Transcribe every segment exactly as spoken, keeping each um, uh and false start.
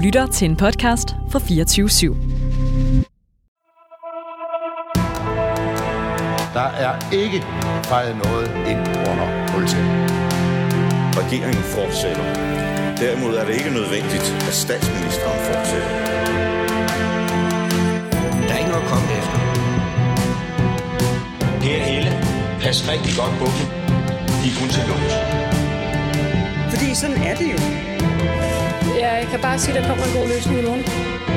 lytter til en podcast fra fireogtyve syv. Der er ikke fejret noget ind under politiet. Regeringen fortsætter. Derimod er det ikke nødvendigt, at statsministeren fortsætter. Der er ikke noget at komme efter. Per Helle, pas rigtig godt på dem. De er kun til lås. Fordi sådan er det jo. Jeg kan bare sige, at der kommer en god løsning i morgen.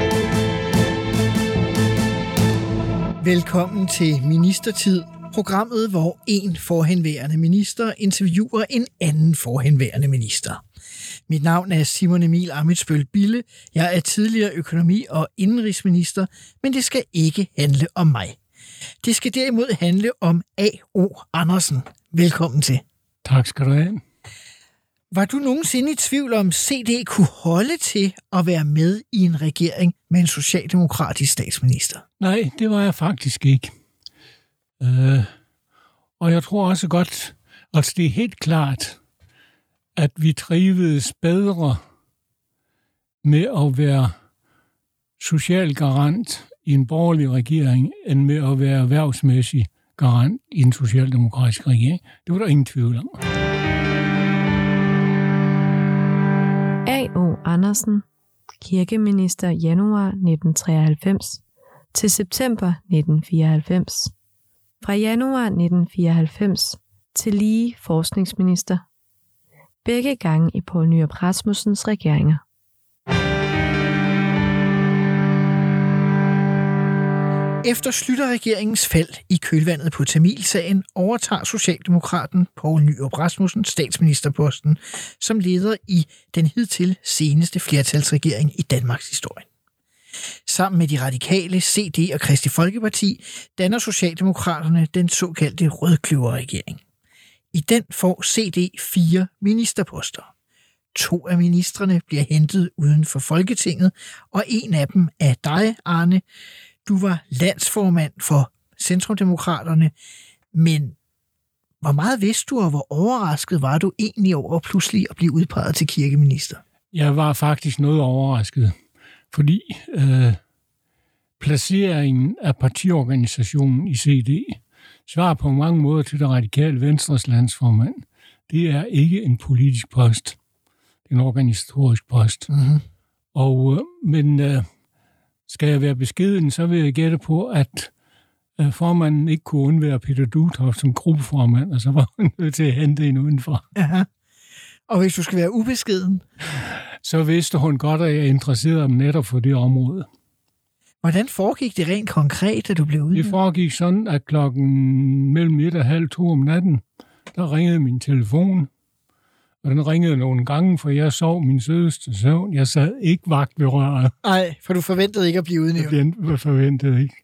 Velkommen til Ministertid, programmet, hvor en forhenværende minister interviewer en anden forhenværende minister. Mit navn er Simon Emil Ammitzbøll Bille. Jeg er tidligere økonomi- og indenrigsminister, men det skal ikke handle om mig. Det skal derimod handle om A O Andersen. Velkommen til. Tak skal du have. Var du nogensinde i tvivl om, C D kunne holde til at være med i en regering med en socialdemokratisk statsminister? Nej, det var jeg faktisk ikke. Øh, og jeg tror også godt, at det er helt klart, at vi trivedes bedre med at være social garant i en borgerlig regering, end med at være erhvervsmæssig garant i en socialdemokratisk regering. Det var der ingen tvivl om. A O Andersen, kirkeminister januar nitten treoghalvfems til september nitten fireoghalvfems. Fra januar nitten fireoghalvfems til lige forskningsminister. Begge gange i Poul Nyrup Rasmussens regeringer. Efter Schlüter-regeringens fald i kølvandet på Tamilsagen overtager Socialdemokraten Poul Nyrup Rasmussen statsministerposten som leder i den hidtil seneste flertalsregering i Danmarks historie. Sammen med de radikale, C D og Kristeligt Folkeparti danner Socialdemokraterne den såkaldte rødkløverregering. I den får C D fire ministerposter. To af ministrene bliver hentet uden for Folketinget, og en af dem er dig, Arne. Du var landsformand for Centrumdemokraterne, men hvor meget vidste du, og hvor overrasket var du egentlig over pludselig at blive udpeget til kirkeminister? Jeg var faktisk noget overrasket, fordi øh, placeringen af partiorganisationen i C D svarer på mange måder til det radikale Venstres landsformand. Det er ikke en politisk post. Det er en organisatorisk post. Mm-hmm. Og, øh, men øh, skal jeg være beskeden, så vil jeg gætte på, at øh, formanden ikke kunne undvære Peter Duetoft som gruppeformand, og så var han nødt til at hente en udenfor. Aha. Og hvis du skal være ubeskeden? Så vidste hun godt, at jeg interesserede mig netop for det område. Hvordan foregik det rent konkret, da du blev udnævnt? Det foregik sådan, at klokken mellem et og halv to om natten, der ringede min telefon. Og den ringede nogle gange, for jeg sov min sødeste søvn. Jeg sad ikke vagt ved røret. Nej, for du forventede ikke at blive udnævnt. Jeg forventede ikke.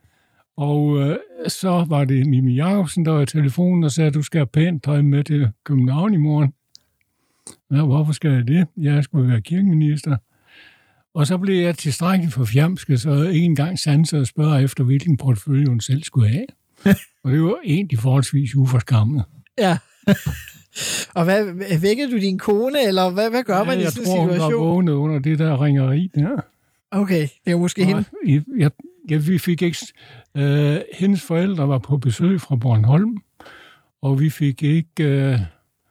Og øh, så var det Mimi Jacobsen, der var i telefonen og sagde, at du skal have pænt tøj med til København i morgen. Ja, hvorfor skal jeg det? Jeg skulle være kirkeminister. Og så blev jeg tilstrækkeligt for fjamske, så jeg en gang sansede og spørger efter, hvilken portefølje hun selv skulle have. Og det var egentlig forholdsvis uforskammet. Ja. Og hvad, vækkede du din kone, eller hvad, hvad gør ja, man i sådan en situation? Jeg tror, hun var vågnet under det der ringeri der. Okay, det er måske hende. Jeg, jeg, jeg, vi fik ikke... Øh, hendes forældre var på besøg fra Bornholm, og vi fik ikke øh,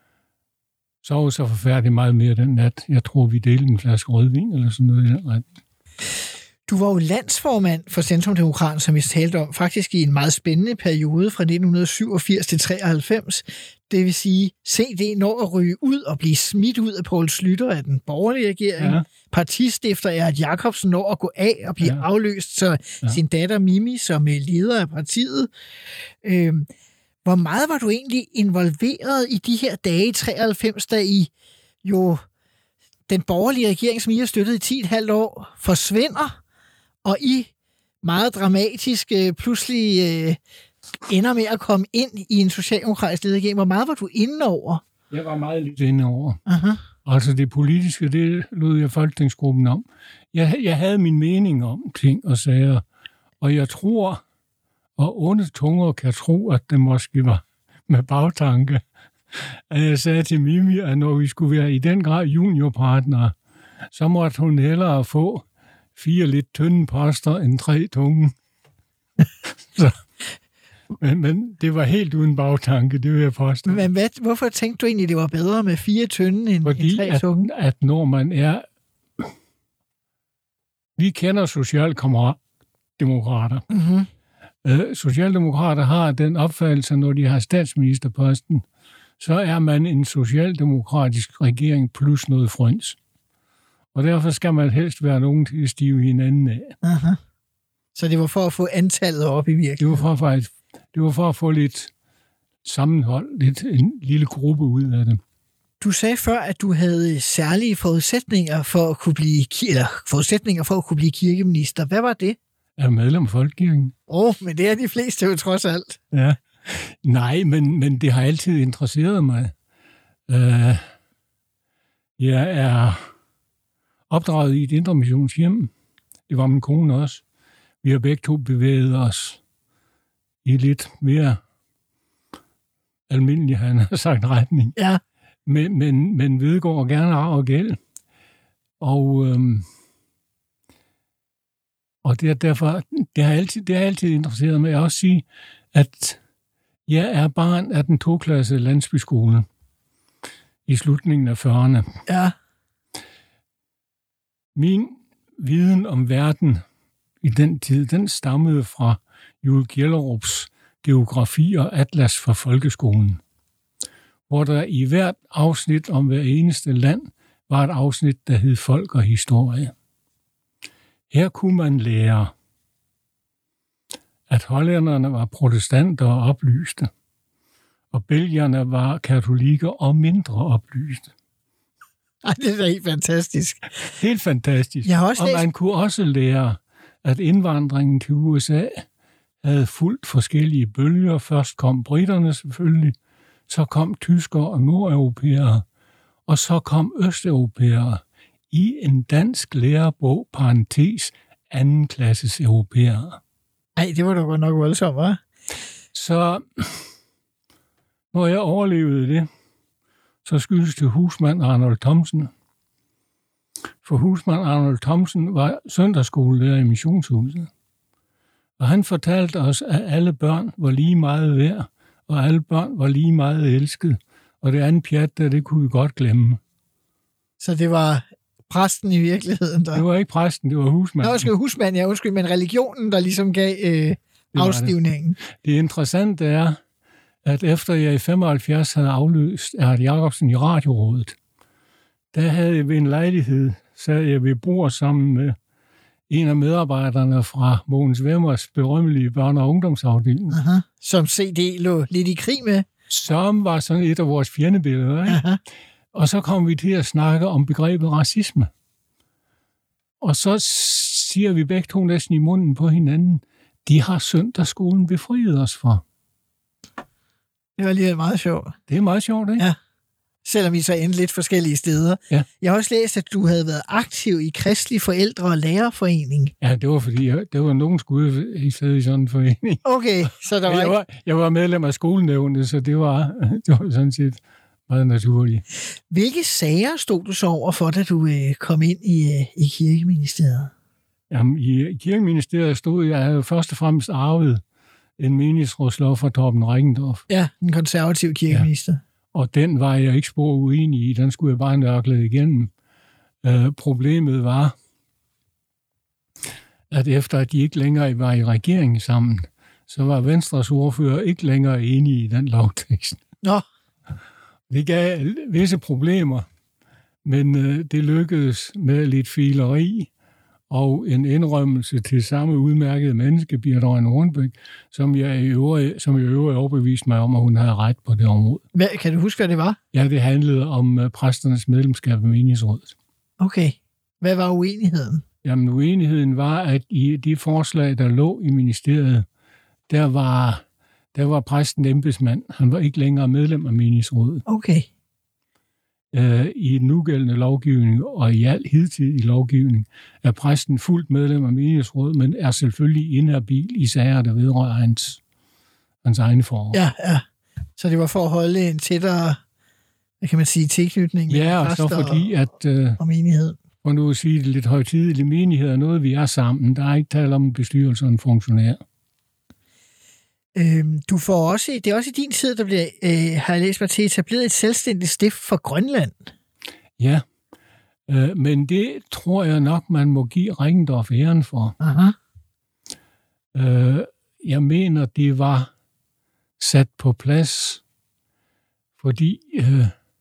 sovet så forfærdeligt meget mere den nat. Jeg tror, vi delte en flaske rødvin eller sådan noget i den retning. Du var jo landsformand for Centrumdemokraterne, som vi talte om, faktisk i en meget spændende periode fra nitten syvogfirs til treoghalvfems. Det vil sige, C D når at ryge ud og blive smidt ud af Poul Schlüter af den borgerlige regering. Ja. Partistifter Erik Jacobsen når at gå af og blive ja. afløst, så ja. sin datter Mimi som leder af partiet. Øhm, hvor meget var du egentlig involveret i de her dage i treoghalvfems, da I jo den borgerlige regering, som I har støttet i ti komma fem år, forsvinder, og I meget dramatisk øh, pludselig øh, ender med at komme ind i en socialdemokratisk lederregering? Hvor meget var du inde over? Jeg var meget lidt inde over. Aha. Altså det politiske, det lod jeg folketingsgruppen om. Jeg, jeg havde min mening om ting og sager, og jeg tror, og onde tunger kan tro, at det måske var med bagtanke, at jeg sagde til Mimi, at når vi skulle være i den grad juniorpartnere, så måtte hun hellere få fire lidt tynde poster end tre tunge. så, men, men det var helt uden bagtanke, det vil jeg påstå. Men hvad, hvorfor tænkte du egentlig, det var bedre med fire tynde end, Fordi end tre tunge? At, at når man er... Vi kender socialdemokrater. Mm-hmm. Øh, socialdemokrater har den opfattelse, når de har statsministerposten, så er man en socialdemokratisk regering plus noget frøns. Og derfor skal man helst være nogen til at stive hinanden af. Aha. Så det var for at få antallet op i virkeligheden? Det var for, faktisk, det var for at få lidt sammenhold, lidt en lille gruppe ud af det. Du sagde før, at du havde særlige forudsætninger for at kunne blive, eller forudsætninger for at kunne blive kirkeminister. Hvad var det? Er du medlem af Folkekirken? Åh, oh, men det er de fleste jo trods alt. Ja. Nej, men, men det har altid interesseret mig. Uh, jeg er opdraget i et indre missionshjem. Det var min kone også. Vi har begge to bevæget os i lidt mere almindelig, han har sagt, retning. Ja. Men, men, men vedgår gerne arv og gæld. Og, øhm, og det er derfor, det har, altid, det har altid interesseret mig. Jeg også sige, at jeg er barn af den toklasse landsbyskole i slutningen af fyrrerne. Ja. Min viden om verden i den tid, den stammede fra Jule Gjellerups geografi og atlas for folkeskolen, hvor der i hvert afsnit om hver eneste land var et afsnit, der hed folk og historie. Her kunne man lære, at hollænderne var protestanter og oplyste, og belgierne var katolikker og mindre oplyste. Ej, det er da helt fantastisk. Helt fantastisk. Jeg har også og læst... man kunne også lære, at indvandringen til U S A havde fulgt forskellige bølger. Først kom britterne selvfølgelig, så kom tyskere og nordeuropæere, og så kom østeuropæere i en dansk lærebog, parentes, anden klasses europæere. Ej, det var da godt nok voldsomt, hva'? Så når jeg overlevede det, så skyldes det husmand Arnold Thomsen. For husmand Arnold Thomsen var søndagsskolelærer i missionshuset. Og han fortalte os, at alle børn var lige meget værd, og alle børn var lige meget elsket. Og det andet pjat, der, det kunne vi godt glemme. Så det var præsten i virkeligheden, der... Det var ikke præsten, det var husmanden. Nå, undskyld, husmanden, ja, undskyld, men religionen, der ligesom gav øh, afstivningen. Det. det interessante er, at efter jeg i femoghalvfjerds havde afløst Erhard Jacobsen i radiorådet, der havde jeg ved en lejlighed, sad jeg ved bord sammen med en af medarbejderne fra Mogens Væmmers berømmelige børne- og ungdomsafdeling. Aha. Som C D lå lidt i krig med. Som var sådan et af vores fjendebilleder. Ikke? Og så kom vi til at snakke om begrebet racisme. Og så siger vi begge to næsten i munden på hinanden, de har søndagsskolen befriet os for. Det var lige meget sjovt. Det er meget sjovt, ikke? Ja. Selvom I så endte lidt forskellige steder. Ja. Jeg har også læst, at du havde været aktiv i Kristelig Forældre- og Lærerforening. Ja, det var fordi, jeg, det var nogen skulle i stedet i sådan en forening. Okay, så der var jeg, ikke... var, jeg var medlem af skolenævnet, så det var, det var sådan set meget naturligt. Hvilke sager stod du så over for, da du øh, kom ind i, øh, i Kirkeministeriet? Jamen, i Kirkeministeriet stod jeg, jeg havde først og fremmest arvet en menighedsrådslov fra Torben Reckendorff. Ja, den konservative kirkeminister. Ja. Og den var jeg ikke spor uenig i. Den skulle jeg bare nørkle igennem. Øh, problemet var, at efter at de ikke længere var i regeringen sammen, så var Venstres ordfører ikke længere enige i den lovtekst. Nå. Det gav visse problemer, men øh, det lykkedes med lidt fileri og en indrømmelse til samme udmærkede menneske, Birthe Rønne Hornbæk, som jeg i øvrigt, som jeg i øvrigt overbeviste mig om, at hun havde ret på det område. Hvad, kan du huske, hvad det var? Ja, det handlede om uh, præsternes medlemskab i menighedsrådet. Okay. Hvad var uenigheden? Jamen, uenigheden var, at i de forslag, der lå i ministeriet, der var, der var præsten embedsmand. Han var ikke længere medlem af menighedsrådet. Okay. Uh, I nugældende lovgivning og i al hidtidig lovgivning er præsten fuldt medlem af menighedsrådet, men er selvfølgelig inhabil i sager, der vedrører hans, hans egne forhold. Ja, ja. Så det var for at holde en tættere, hvad kan man sige, tilknytning? Ja, og så fordi, at, uh, og menighed. for nu at sige det lidt højtideligt, menighed er noget, vi er sammen. Der er ikke tale om en bestyrelse og en funktionær. Øhm, du får også, det er også i din tid, der bliver, øh, har jeg læst mig til, etableret et selvstændigt stift for Grønland. Ja, øh, men det tror jeg nok, man må give Reckendorff æren for. Aha. Øh, jeg mener, det var sat på plads, fordi øh,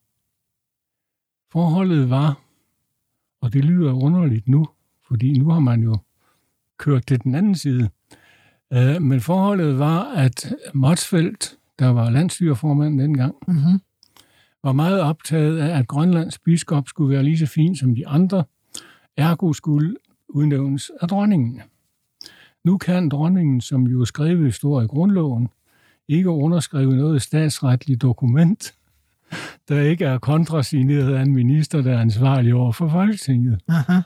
forholdet var, og det lyder underligt nu, fordi nu har man jo kørt til den anden side, øh, men forholdet var, at Motzfeldt, der var landsstyreformand dengang, Mm-hmm. var meget optaget af, at Grønlands biskop skulle være lige så fin som de andre, ergo skulle udnævnes af dronningen. Nu kan dronningen, som jo skrevet står i grundloven, ikke underskrive noget statsretligt dokument, der ikke er kontrasigneret af en minister, der er ansvarlig over for Folketinget. Aha.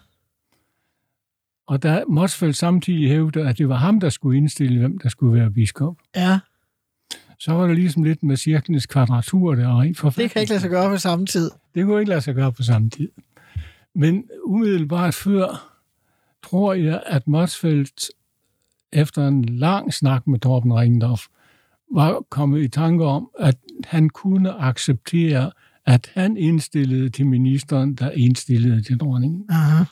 Og der Motzfeldt samtidig hævde, at det var ham, der skulle indstille, hvem der skulle være biskop. Ja, Så var der ligesom lidt med cirklens kvadratur der rent forfærdeligt. det kan ikke lade sig gøre på samme tid. Det kunne ikke lade sig gøre på samme tid. Men umiddelbart før, tror jeg, at Motzfeldt efter en lang snak med Torben Reckendorff, var kommet i tanke om, at han kunne acceptere, at han indstillede til ministeren, der indstillede til dronningen. Aha.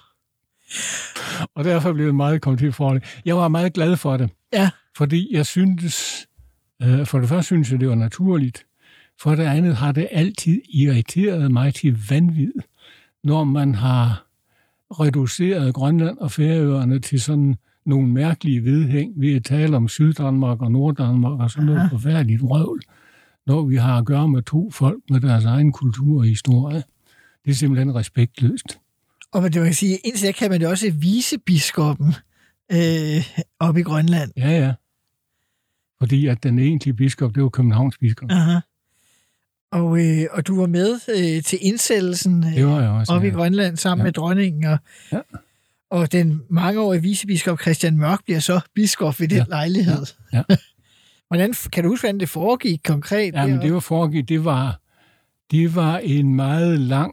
Og derfor blev det meget kommet til forhold. Jeg var meget glad for det, Ja. fordi jeg syntes, øh, for det første synes jeg, det var naturligt. For det andet har det altid irriteret mig til vanvid, når man har reduceret Grønland og Færøerne til sådan nogle mærkelige vedhæng ved at tale om Syddanmark og Norddanmark og sådan noget Aha. forfærdeligt vrøvl, når vi har at gøre med to folk med deres egen kultur og historie. Det er simpelthen respektløst. Og man, det kan sige, indtil der kan man jo også vise biskoppen øh, op i Grønland. Ja, ja. Fordi at den egentlige biskop, det var Københavns biskop. Aha. Og, øh, og du var med øh, til indsættelsen øh, Det var jeg også. op ja. i Grønland sammen Ja. med dronningen. Og, Ja. og den mangeårige vicebiskop Christian Mørk bliver så biskop ved den Ja. lejlighed. Ja. Hvordan, kan du huske, hvordan det foregik konkret? Ja, men det var foregik, det var, det var en meget lang,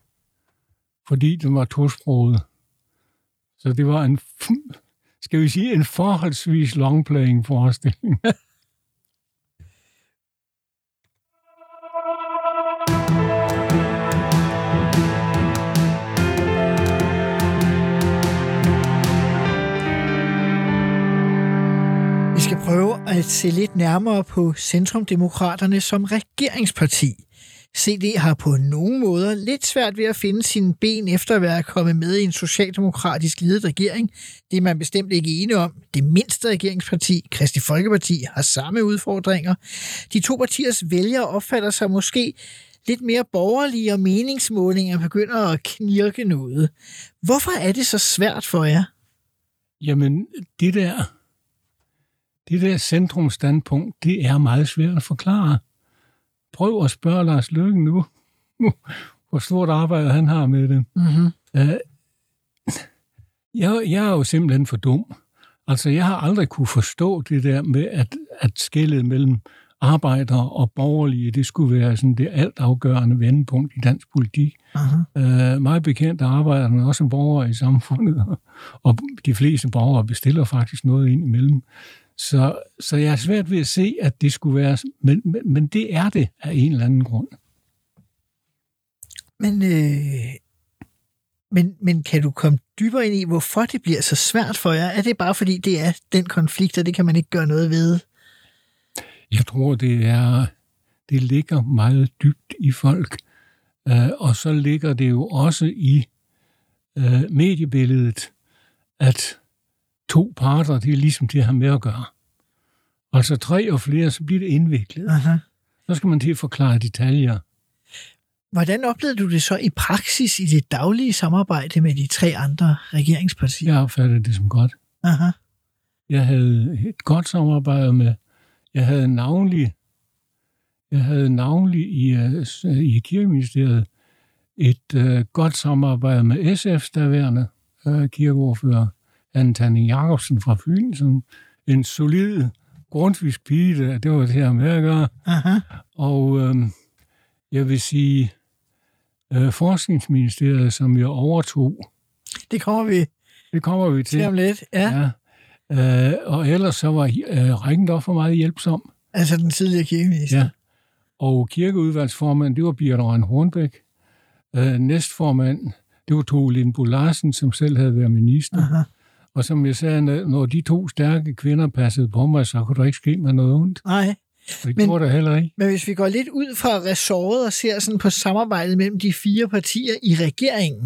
fordi den var tosproget. Så det var en, skal vi sige, en forholdsvis longplaying forestilling. Vi skal prøve at se lidt nærmere på Centrumdemokraterne som regeringsparti. C D har på nogle måder lidt svært ved at finde sine ben efter at være kommet med i en socialdemokratisk ledet regering. Det er man bestemt ikke enige om. Det mindste regeringsparti, Kristeligt Folkeparti, har samme udfordringer. De to partiers vælgere opfatter sig måske lidt mere borgerlige, og meningsmålinger begynder at knirke noget. Hvorfor er det så svært for jer? Jamen, det der, det der centrumstandpunkt, det er meget svært at forklare. Prøv at spørge Lars Løkke nu, hvor stort arbejde han har med det. Mm-hmm. Uh, jeg, jeg er jo simpelthen for dum. Altså, jeg har aldrig kunne forstå det der med, at, at skellet mellem arbejdere og borgerlige, det skulle være sådan det altafgørende vendepunkt i dansk politik. Uh-huh. Uh, meget bekendt er arbejderne også borgere i samfundet, og de fleste borgere bestiller faktisk noget ind imellem. Så, så jeg er svært ved at se, at det skulle være... Men, men, men det er det af en eller anden grund. Men, øh, men, men kan du komme dybere ind i, hvorfor det bliver så svært for jer? Er det bare fordi, det er den konflikt, og det kan man ikke gøre noget ved? Jeg tror, det er... Det ligger meget dybt i folk. Uh, og så ligger det jo også i uh, mediebilledet, at to parter, det er ligesom det her med at gøre. Altså tre og flere, så bliver det indviklet. Aha. Så skal man til at forklare detaljer. Hvordan oplevede du det så i praksis i det daglige samarbejde med de tre andre regeringspartier? Jeg opfattede det som godt. Aha. Jeg havde et godt samarbejde med, jeg havde navnlig, jeg havde navnlig i, uh, i Kirkeministeriet et uh, godt samarbejde med S F's daværende uh, kirkeordfører, Anne Tanning Jacobsen fra Fyn, som en solid grundvisk pige, der, det var det her med at gøre. Aha. Og øh, jeg vil sige, øh, Forskningsministeriet, som jeg overtog Det kommer vi Det kommer vi til. til om lidt. Ja. ja. Øh, og ellers så var øh, Reckendorff for meget hjælpsom. Altså den tidligere kirkeminister. Ja. Og kirkeudvalgsformand, det var Birthe Rønn Hornbæk. Øh, næstformand, det var Tove Lindbo Larsen, som selv havde været minister. Aha. Og som jeg sagde, når de to stærke kvinder passede på mig, så kunne der ikke ske mig noget ondt. Nej. Og det Men- gjorde der heller ikke. Men hvis vi går lidt ud fra ressortet og ser sådan på samarbejdet mellem de fire partier i regeringen.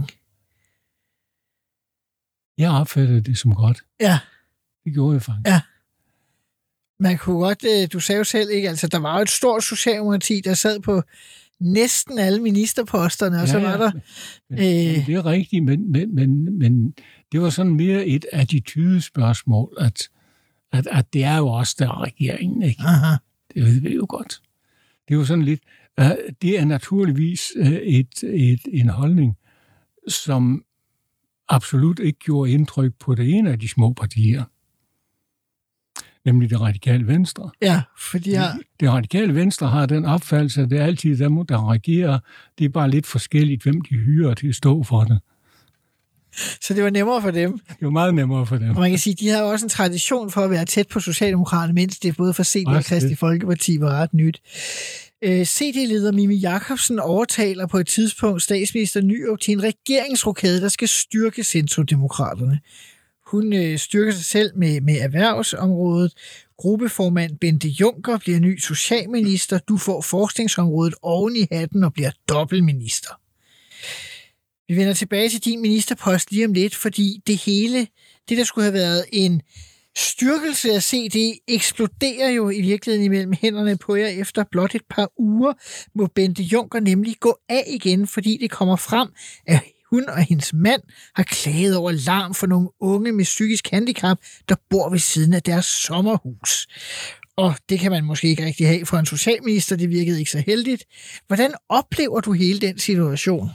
Jeg opfattede det som godt. Ja, Det gjorde jeg faktisk. Ja. man kunne godt, øh, du sagde jo selv, ikke? Altså, der var jo et stort socialdemokrati, der sad på næsten alle ministerposterne, og ja, så var der... Men, øh... Det er rigtigt, men, men, men, men det var sådan mere et attitydespørgsmål, at, at, at det er jo også der er regeringen, ikke? Aha. Det ved vi jo godt. Det er jo sådan lidt... Uh, det er naturligvis uh, et, et, en holdning, som absolut ikke gjorde indtryk på det ene af de små partier, nemlig det radikale venstre. Ja, fordi jeg... Det radikale venstre har den opfattelse, at det er altid dem, der regerer. Det er bare lidt forskelligt, hvem de hyrer til at stå for det. Så det var nemmere for dem. Det var meget nemmere for dem. Og man kan sige, at de har også en tradition for at være tæt på Socialdemokraterne, mens det både for C D og Kristeligt Folkeparti var ret nyt. C D-leder Mimi Jakobsen overtaler på et tidspunkt statsminister Nyrup til en regeringsrokade, der skal styrke centrodemokraterne. Hun øh, styrker sig selv med, med erhvervsområdet. Gruppeformand Bente Juncker bliver ny socialminister. Du får forskningsområdet oven i hatten og bliver dobbeltminister. Vi vender tilbage til din ministerpost lige om lidt, fordi det hele, det der skulle have været en styrkelse af C D, eksploderer jo i virkeligheden imellem hænderne på jer. Efter blot et par uger må Bente Juncker nemlig gå af igen, fordi det kommer frem, at hun og hendes mand har klaget over larm for nogle unge med psykisk handicap, der bor ved siden af deres sommerhus. Og det kan man måske ikke rigtig have for en socialminister, det virkede ikke så heldigt. Hvordan oplever du hele den situation?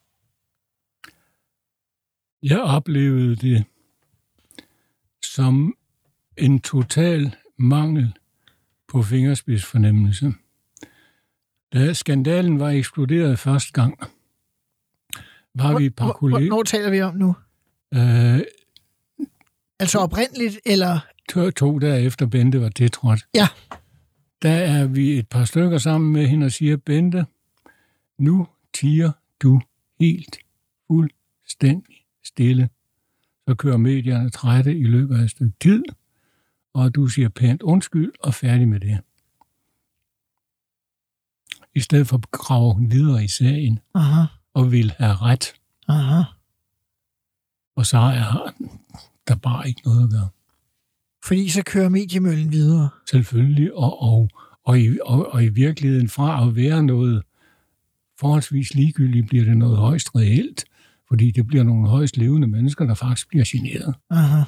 Jeg oplevede det som en total mangel på fingerspidsfornemmelse. Da skandalen var eksploderet første gang, var vi et par kolleger... Hvornår taler vi om nu? Øh, altså oprindeligt, eller... To, to dage efter Bente var tiltrådt. Ja. Der er vi et par stykker sammen med hende og siger, Bente, nu tiger du helt fuldstændig stille. Så kører medierne trætte i løbet af et stykke tid, og du siger pænt undskyld og færdig med det. I stedet for graver hun videre i sagen. Aha. Og vil have ret. Aha. Og så er der bare ikke noget at gøre. Fordi så kører mediemøllen videre. Selvfølgelig, og, og, og, i, og, og i virkeligheden fra at være noget forholdsvis ligegyldigt, bliver det noget højst reelt, fordi det bliver nogle højst levende mennesker, der faktisk bliver generet. Aha.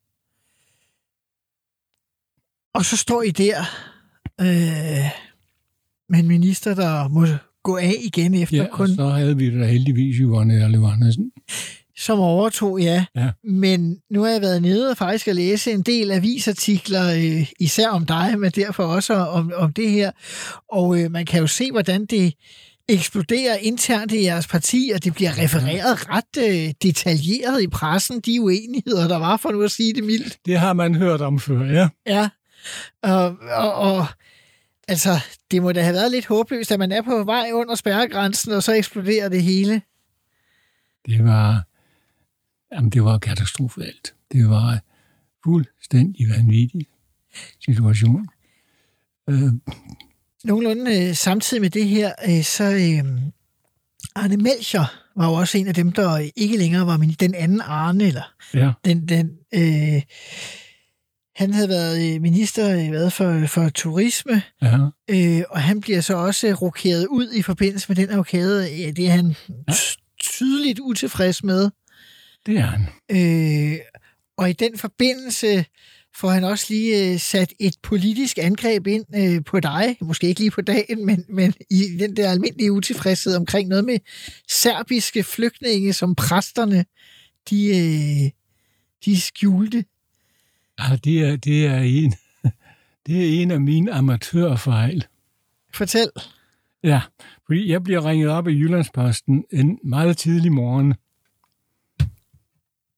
Og så står I der øh, med en minister, der må gå af igen efter ja, kun... og så havde vi det da heldigvis Yvonne Erlev Andersen. Som overtog, ja. ja. Men nu har jeg været nede og faktisk at læse en del avisartikler, øh, især om dig, men derfor også om, om det her. Og øh, man kan jo se, hvordan det eksploderer internt i jeres parti, og det bliver refereret ret øh, detaljeret i pressen, de uenigheder, der var, for nu at sige det mildt. Det har man hørt om før, ja. Ja, og, og, og altså, det må da have været lidt håbløst, at man er på vej under spærregrænsen, og så eksploderer det hele. Det var... Jamen, det var katastrofalt. Det var fuldstændig vanvittig situation. Øh. Nogenlunde øh, samtidig med det her, øh, så øh, Arne Melchior var jo også en af dem, der ikke længere var min, den anden Arne, eller ja. den, den øh, han havde været minister hvad, for, for turisme, ja. øh, og han bliver så også rokeret ud i forbindelse med den rokade. Ja, det er han ja. tydeligt utilfreds med. Det er han. Øh, og i den forbindelse får han også lige øh, sat et politisk angreb ind øh, på dig. Måske ikke lige på dagen, men, men i den der almindelige utilfredshed omkring noget med serbiske flygtninge, som præsterne, de, øh, de skjulte. Ja, det er, det er en, det er en af mine amatørfejl. Fortæl. Ja, fordi jeg bliver ringet op i Jyllandsposten en meget tidlig morgen.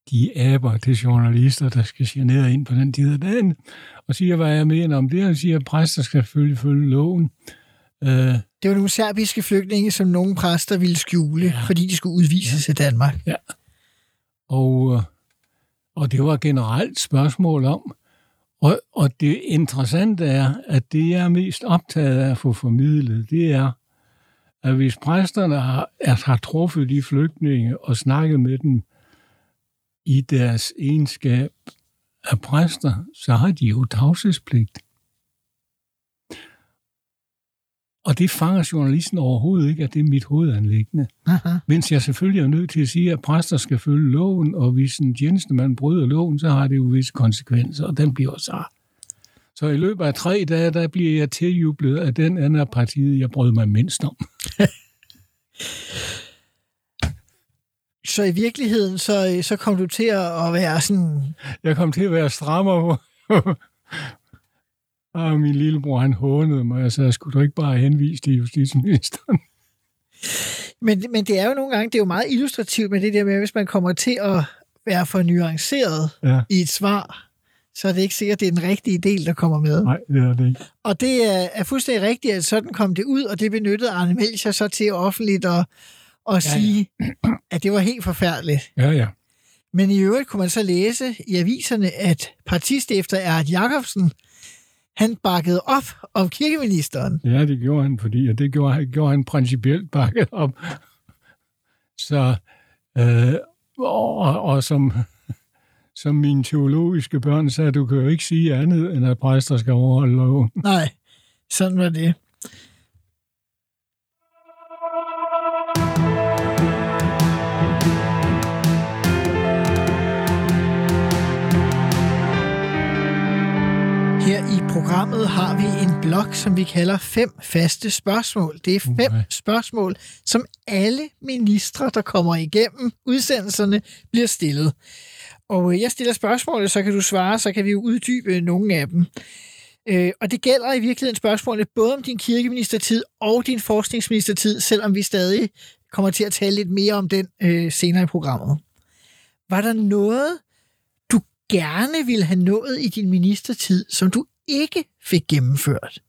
de aber til journalister, der skal genere ind på den tid af dagen, og siger, hvad jeg mener om det, og siger, at præster skal selvfølgelig følge loven. Uh, det var nogle serbiske flygtninge, som nogle præster ville skjule, ja. fordi de skulle udvises ja. i Danmark. Ja. Og, og det var generelt spørgsmål om, og, og det interessante er, at det jeg er mest optaget af at få formidlet, det er, at hvis præsterne har, har truffet de flygtninge og snakket med dem i deres egenskab af præster, så har de jo tavshedspligt. Og det fanger journalisten overhovedet ikke, at det er mit hovedanliggende. Aha. Mens jeg selvfølgelig er nødt til at sige, at præster skal følge loven, og hvis en tjenestemand bryder loven, så har det jo visse konsekvenser, og den bliver så. Så i løbet af tre dage, der bliver jeg tiljublet af den anden partiet, jeg brød mig mindst om. Så i virkeligheden, så, så kom du til at være sådan... Jeg kom til at være strammer. Og min lillebror, han hånede mig, og så skulle du ikke bare henvise til justitsministeren. Men, men det er jo nogle gange, det er jo meget illustrativt med det der med, hvis man kommer til at være for nuanceret ja. i et svar, så er det ikke sikkert, det er den rigtige del, der kommer med. Nej, det er det ikke. Og det er, er fuldstændig rigtigt, at sådan kom det ud, og det benyttede Arne Melchior så til offentligt at, at ja, sige, ja. at det var helt forfærdeligt. Ja, ja. Men i øvrigt kunne man så læse i aviserne, at partistifter Erhard Jacobsen, han bakkede op om kirkeministeren. Ja, det gjorde han, fordi og det gjorde, gjorde han principielt bakket op. Så, øh, og, og som, som mine teologiske børn sagde, du kan jo ikke sige andet, end at præster skal overholde loven. Nej, sådan var det. Her i programmet har vi en blok, som vi kalder fem faste spørgsmål. Det er fem okay. spørgsmål, som alle ministre, der kommer igennem udsendelserne, bliver stillet. Og jeg stiller spørgsmålet, så kan du svare, så kan vi jo uddybe nogle af dem. Og det gælder i virkeligheden spørgsmålene både om din kirkeministertid og din forskningsministertid, selvom vi stadig kommer til at tale lidt mere om den øh, senere i programmet. Var der noget, du gerne ville have nået i din ministertid, som du ikke fik gennemført?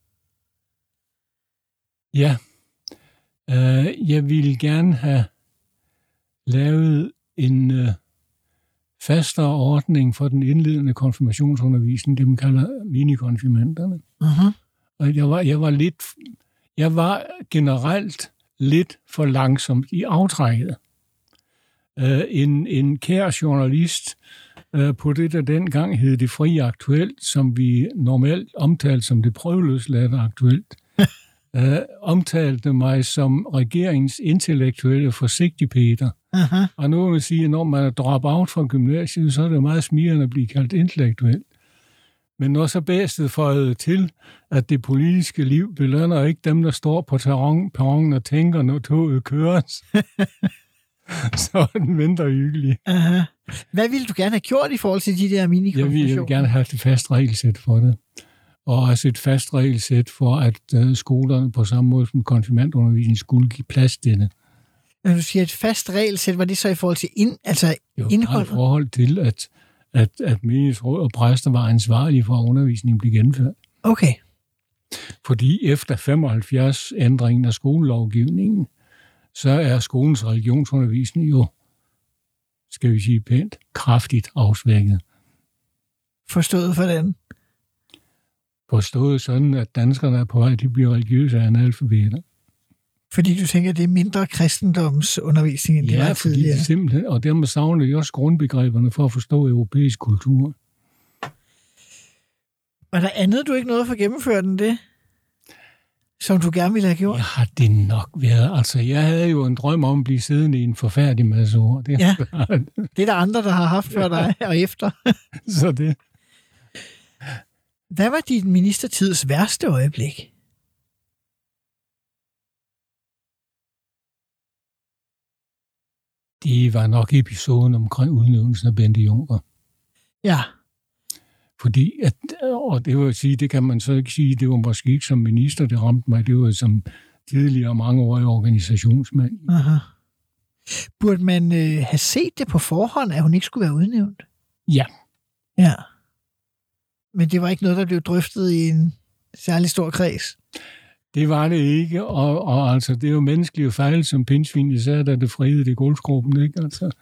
Ja. Øh, jeg ville gerne have lavet en øh, fastere ordning for den indledende konfirmationsundervisning, det man kalder minikonfirmanderne. Uh-huh. Og jeg var, jeg var lidt, jeg var generelt lidt for langsomt i aftrækket. Uh, en, en kær journalist uh, på det, der dengang hed Det Frie Aktuelt, som vi normalt omtalte som det prøveløsladte aktuelt, uh, omtalte mig som regeringens intellektuelle forsigtigpeter. Uh-huh. Og nu vil man sige, at når man er drop out fra gymnasiet, så er det meget smirrende at blive kaldt intellektuel. Men når så bæstet føjede til, at det politiske liv belønner ikke dem, der står på perronen og tænker, når toget køres, så er den mindre hyggelig. Uh-huh. Hvad ville du gerne have gjort i forhold til de der mini-konfirmationer? Jeg ville gerne have et fast regelsæt for det. Og også et fast regelsæt for, at uh, skolerne på samme måde som konfirmandundervisning skulle give plads til det. Når du siger et fast regelsæt, var det så i forhold til ind, altså jo, indhold? I forhold til, at, at, at menighedsråd og præster var ansvarlige for, at undervisningen blev gennemført. Okay. Fordi efter femoghalvfjerds ændringen af skolelovgivningen, så er skolens religionsundervisning jo, skal vi sige pænt, kraftigt afsvækket. Forstået hvordan? Forstået sådan, at danskerne er på vej, de bliver religiøse af analfabeter. Fordi du tænker, at det er mindre kristendomsundervisning, end ja, det var tidligere? Ja, fordi det simpelthen, og dermed savner jo også grundbegreberne for at forstå europæisk kultur. Var der andet, du ikke nåede for gennemført end det, som du gerne ville have gjort? Ja, har det nok været. Altså, jeg havde jo en drøm om at blive siddende i en forfærdelig masse år. Det, ja, det er der andre, der har haft før dig og efter. Så det. Hvad var din ministertids værste øjeblik? Det var nok episoden omkring udnævnelsen af Bente Juncker. Ja. Fordi, at, og det vil sige, det kan man så ikke sige, det var måske ikke som minister, det ramte mig, det var som tidligere mangeårig organisationsmand. Aha. Burde man øh, have set det på forhånd, at hun ikke skulle være udnævnt? Ja. Ja. Men det var ikke noget, der blev drøftet i en særlig stor kreds? Det var det ikke, og, og altså, det er jo menneskelige fejl, som pindsvin især, da det fredede i golfgruppen, ikke? Altså.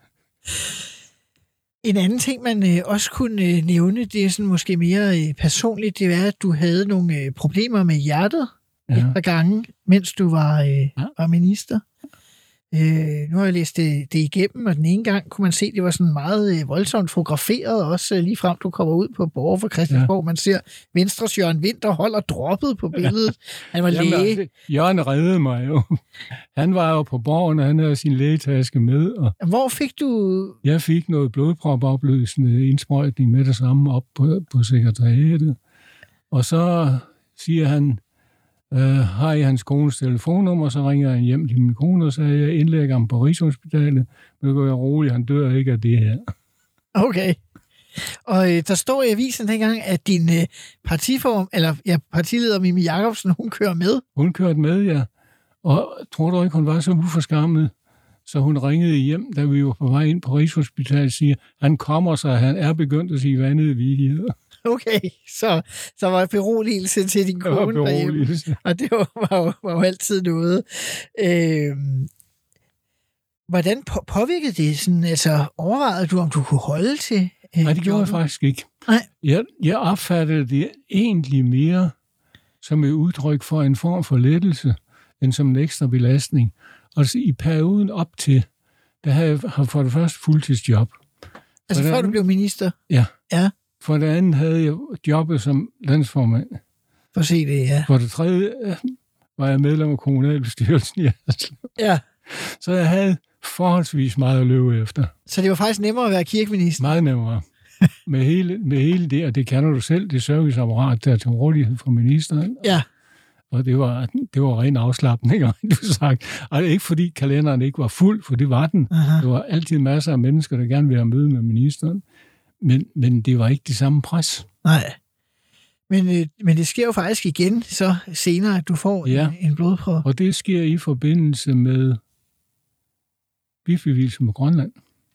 En anden ting, man øh, også kunne øh, nævne, det er sådan måske mere øh, personligt, det er, at du havde nogle øh, problemer med hjertet ja. et par gange, mens du var, øh, ja. var minister. Øh, nu har jeg læst det, det igennem, og den ene gang kunne man se, at det var sådan meget øh, voldsomt fotograferet, også øh, lige frem du kommer ud på Borger for Christiansborg. Ja. Man ser Venstres Jørgen Winther holder droppet på billedet. Han var Jamen, læge. Jørgen reddede mig jo. Han var jo på Borgen, og han havde sin lægetaske med. Og hvor fik du... Jeg fik noget blodpropopløsende indsprøjtning med det samme op på, på sekretariatet. Og så siger han, Uh, har I hans kones telefonnummer, så ringer jeg hjem til min kone, og så jeg indlægger ham på Rigshospitalet. Men det går jeg roligt, han dør ikke af det her. Okay. Og øh, der står i avisen dengang, at din øh, partiform, eller ja, partileder Mimi Jakobsen, hun kører med. Hun kørte med, ja. Og tror du ikke, hun var så uforskammet? Så hun ringede hjem, da vi var på vej ind på Rigshospitalet, og siger, han kommer sig, han er begyndt at sige vandede vidigheder. Okay, så, så var beroligelse til din kone derhjemme. Og det var, var, jo, var jo altid noget. Øh, hvordan på, påvirkede det? Sådan, altså, overvejede du, om du kunne holde til? Øh, Nej, det gjorde jeg faktisk ikke. Nej. Jeg, jeg opfattede det egentlig mere som et udtryk for en form for lettelse, end som en ekstra belastning. Altså i perioden op til, der havde jeg for det første fuldtidsjob. Altså før du blev minister? Ja. Ja. For det andet havde jeg jobbet som landsformand. For at se det, ja. For det tredje var jeg medlem af kommunalbestyrelsen i Haderslev. Ja. Så jeg havde forholdsvis meget at løbe efter. Så det var faktisk nemmere at være kirkeminister? Meget nemmere. med, hele, med hele det, og det kender du selv, det serviceapparat, der er til rådighed for ministeren. Ja. Og det var, det var ren afslapning, du sagt. Og det er ikke fordi kalenderen ikke var fuld, for det var den. Aha. Der var altid masser af mennesker, der gerne ville have møde med ministeren. Men, men det var ikke det samme pres. Nej. Men, øh, men det sker jo faktisk igen så senere, at du får ja. en, en blodprøve. Og det sker i forbindelse med bibevilelse med Grønland.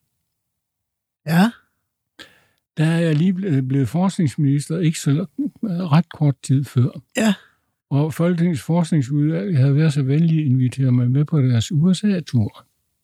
Ja. Der er jeg lige blevet, blevet forskningsminister, ikke så ret kort tid før. Ja. Og Folketingets forskningsudvalg havde været så venlige at invitere mig med på deres U S A-tur.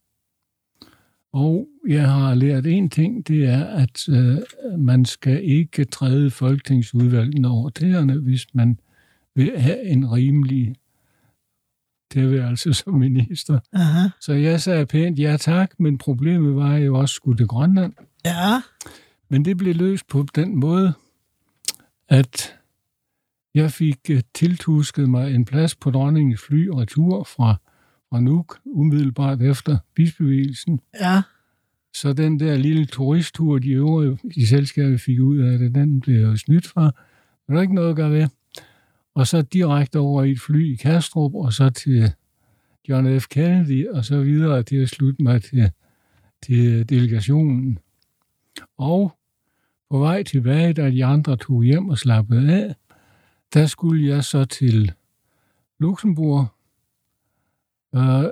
Og jeg har lært en ting, det er, at øh, man skal ikke træde folketingsudvalgene over tæerne, hvis man vil have en rimelig tilværelse som minister. Aha. Så jeg sagde pænt ja tak, men problemet var, at jeg også skulle til Grønland. Ja. Men det blev løst på den måde, at jeg fik tiltusket mig en plads på dronningens fly og retur fra fra Nuuk, umiddelbart efter bispevielsen. Ja. Så den der lille turisttur, de øvrige i selskabet fik ud af det, den blev jo snydt fra. Der var ikke noget at gøre ved. Og så direkte over i et fly i Kastrup, og så til John F. Kennedy, og så videre til at slutte mig til, til delegationen. Og på vej tilbage, da de andre tog hjem og slappede af, der skulle jeg så til Luxembourg. Uh,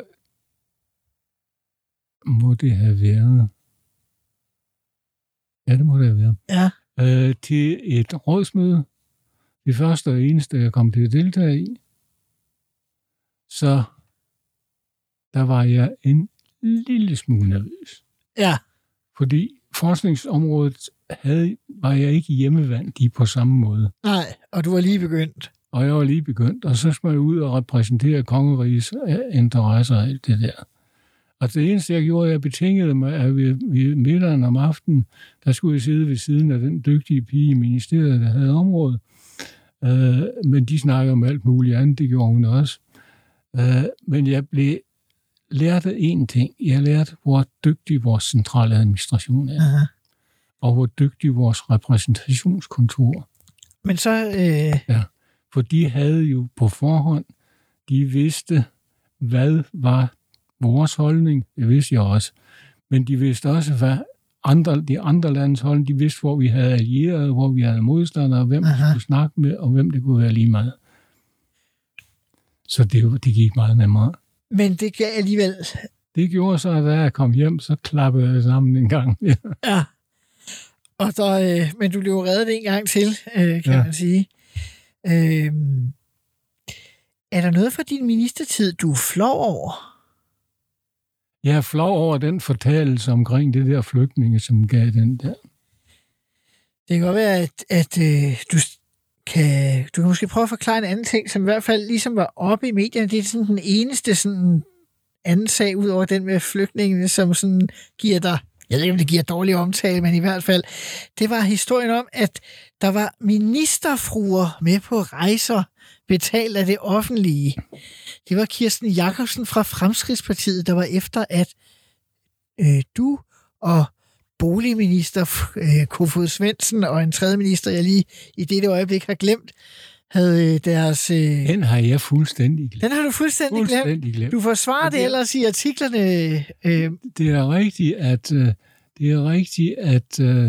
må det have været? Ja, det må det have været. Ja. Uh, til et rådsmøde. Det første og eneste, jeg kom til at deltage i. Så der var jeg en lille smule nervøs. Ja. Fordi forskningsområdet havde, var jeg ikke hjemmevandt i på samme måde. Nej, og du var lige begyndt. Og jeg var lige begyndt, og så skulle jeg ud og repræsentere kongerigets interesser og alt det der. Og det eneste, jeg gjorde, jeg betingede mig, at ved, ved middagen om aftenen, der skulle jeg sidde ved siden af den dygtige pige i ministeriet, der havde området. Uh, men de snakkede om alt muligt andet, det gjorde hun også. Uh, men jeg blev lærte én ting. Jeg lærte, hvor dygtig vores centrale administration er. Aha. Og hvor dygtig vores repræsentationskontor. Men så... Øh... Ja. For de havde jo på forhånd, de vidste, hvad var vores holdning. Det vidste jeg også. Men de vidste også, hvad andre, de andre landes holdning, de vidste, hvor vi havde allierede, hvor vi havde modstandere, hvem Aha. vi skulle snakke med, og hvem det kunne være lige meget. Så det, det gik meget nemmere. Men det gav alligevel Det gjorde så, at da jeg kom hjem, så klappede jeg sammen en gang. Ja. Ja. Og så, øh, men du blev reddet en gang til, øh, kan ja. man sige. Øh, er der noget fra din ministertid, du er flov over? Jeg er flov over den fortælelse omkring det der flygtninge, som gav den der. Det kan godt være, at, at øh, du, kan, du kan måske prøve at forklare en anden ting, som i hvert fald ligesom var oppe i medierne. Det er sådan den eneste sådan anden sag, ud over den med flygtningene, som sådan giver dig, jeg ved ikke, om det giver dårlig omtale, men i hvert fald, det var historien om, at der var ministerfruer med på rejser, betalt af det offentlige. Det var Kirsten Jacobsen fra Fremskridtspartiet, der var efter, at øh, du og boligminister øh, Kofod Svendsen og en tredje minister, jeg lige i dette øjeblik har glemt, havde deres... Øh... Den har jeg fuldstændig glemt. Den har du fuldstændig, fuldstændig glemt. glemt. Du forsvarer det, det ellers i artiklerne. Øh... Det er rigtigt, at øh, det er rigtigt, at øh,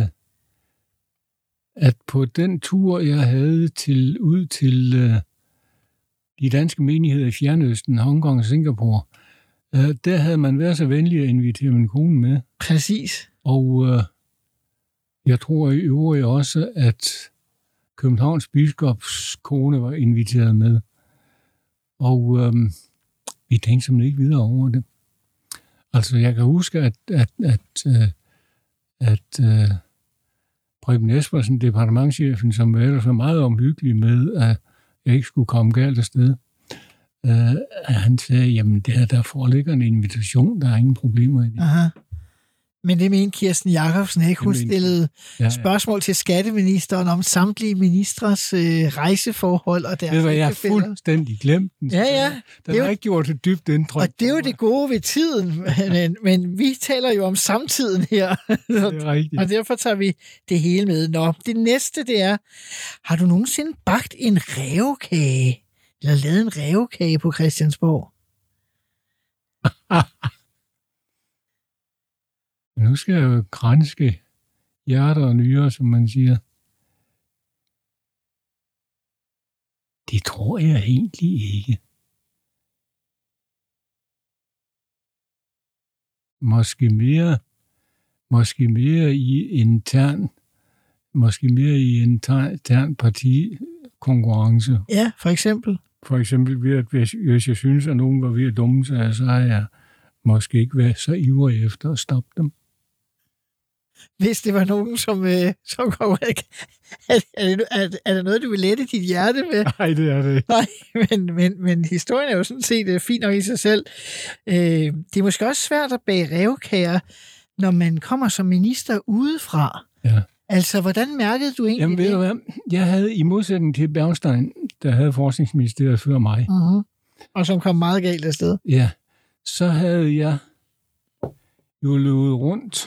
at på den tur, jeg havde til ud til øh, de danske menigheder i Fjernøsten, Hongkong og Singapore, øh, der havde man været så venlig at invitere min kone med. Præcis. Og øh, jeg tror i øvrigt også, at Københavns biskops kone var inviteret med. Og øh, vi tænkte simpelthen ikke videre over det. Altså, jeg kan huske, at, at, at, at, at uh, Preben Espersen, departementschefen, som var ellers var meget omhyggelig med, at jeg ikke skulle komme galt afsted, uh, han sagde, jamen, der, der foreligger en invitation, der er ingen problemer i det. Aha. Men det mente Kirsten Jacobsen ikke. Hun stillede ja, ja. spørgsmål til skatteministeren om samtlige ministres øh, rejseforhold og deres det var jeg fuldstændig glemt. Den, ja, ja. Den har ikke gjort et dybt indtryk. Og det er jo det gode ved tiden, men, men vi taler jo om samtiden her. Det er rigtigt. Og derfor tager vi det hele med. Nå, det næste, det er, har du nogensinde bagt en rævekage? Eller lavet en rævekage på Christiansborg? Men nu skal jeg jo granske hjerter og nyrer, som man siger. Det tror jeg egentlig ikke. Måske mere, måske mere i intern, måske mere i intern partikonkurrence. Ja, for eksempel. For eksempel ved, at hvis, hvis jeg synes, at nogen var ved at dumme sig, så har jeg måske ikke været så ivrig efter at stoppe dem. Hvis det var nogen, som, øh, som kommer... Er, er, det, er, er der noget, du vil lette dit hjerte med? Nej, det er det ikke. Nej, men, men, men historien er jo sådan set uh, fint nok i sig selv. Øh, det er måske også svært at bage rævekager, når man kommer som minister udefra. Ja. Altså, hvordan mærkede du egentlig Jamen, ved det? Du hvad? Jeg havde i modsætning til Bergstein, der havde forskningsministeriet før mig. Uh-huh. Og som kom meget galt afsted. Ja, så havde jeg jo løbet rundt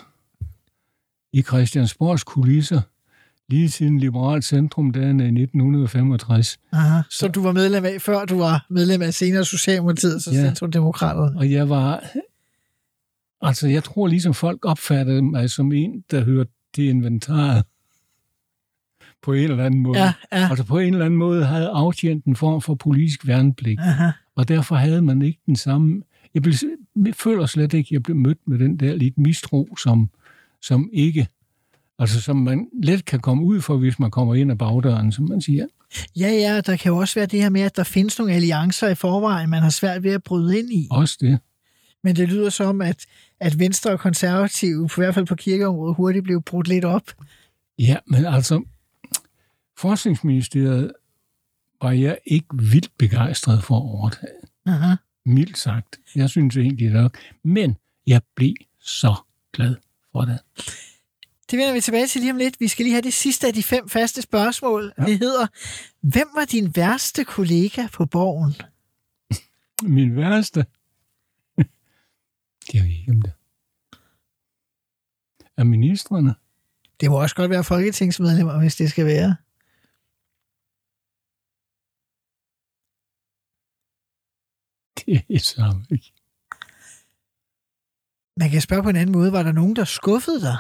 i Christiansborgs kulisser, lige siden Liberalt Centrum dagene i nitten femogtres. Aha, så, som du var medlem af, før du var medlem af senere Socialdemokratiet, så ja. Centrumdemokraterne. Og jeg var... Altså, jeg tror ligesom folk opfattede mig som en, der hørte til inventaret på en eller anden måde. Ja, ja. Altså, på en eller anden måde havde aftjent en form for politisk værnepligt. Aha. Og derfor havde man ikke den samme... Jeg, blev, jeg føler slet ikke, at jeg blev mødt med den der lidt mistro, som som ikke, altså som man let kan komme ud for, hvis man kommer ind ad bagdøren, som man siger. Ja, ja, der kan jo også være det her med, at der findes nogle alliancer i forvejen, man har svært ved at bryde ind i. Også det. Men det lyder som, at, at Venstre og Konservative, i hvert fald på kirkeområdet, hurtigt blev brudt lidt op. Ja, men altså, Forskningsministeriet var jeg ikke vildt begejstret for at overtage. Aha. Mildt sagt. Jeg synes egentlig nok. Men jeg blev så glad for det. Det vender vi tilbage til lige om lidt. Vi skal lige have det sidste af de fem faste spørgsmål. Ja. Det hedder, hvem var din værste kollega på Borgen? Min værste? Det er jo ikke om det. Er ministrene? Det må også godt være folketingsmedlemmer, hvis det skal være. Det er så ikke. Man kan spørge på en anden måde. Var der nogen, der skuffede dig?